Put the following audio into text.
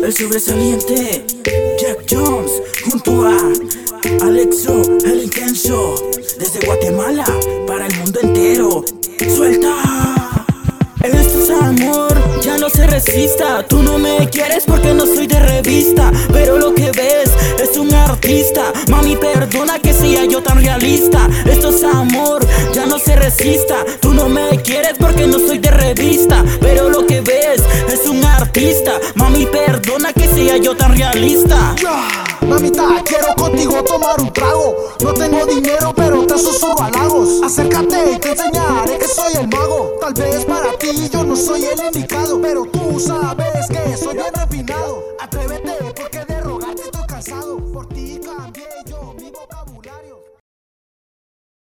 el sobresaliente Jack Jones junto a Alexo, el intenso, desde Guatemala para el mundo entero. ¡Suelta! Esto es amor, ya no se resista. Tú no me quieres porque no soy de revista, pero lo que ves es un artista. Mami, perdona que sea yo tan realista. Esto es amor, ya no se resista. Tú no me quieres porque no soy de revista, pero lo que ves es un artista. Mami, perdona que sea yo tan realista. Mamita, quiero contigo tomar un trago. No tengo dinero, pero te susurro halagos. Acércate y te enseñaré que soy el mago. Tal vez para ti yo no soy el indicado, pero tú sabes que soy bien refinado. Atrévete.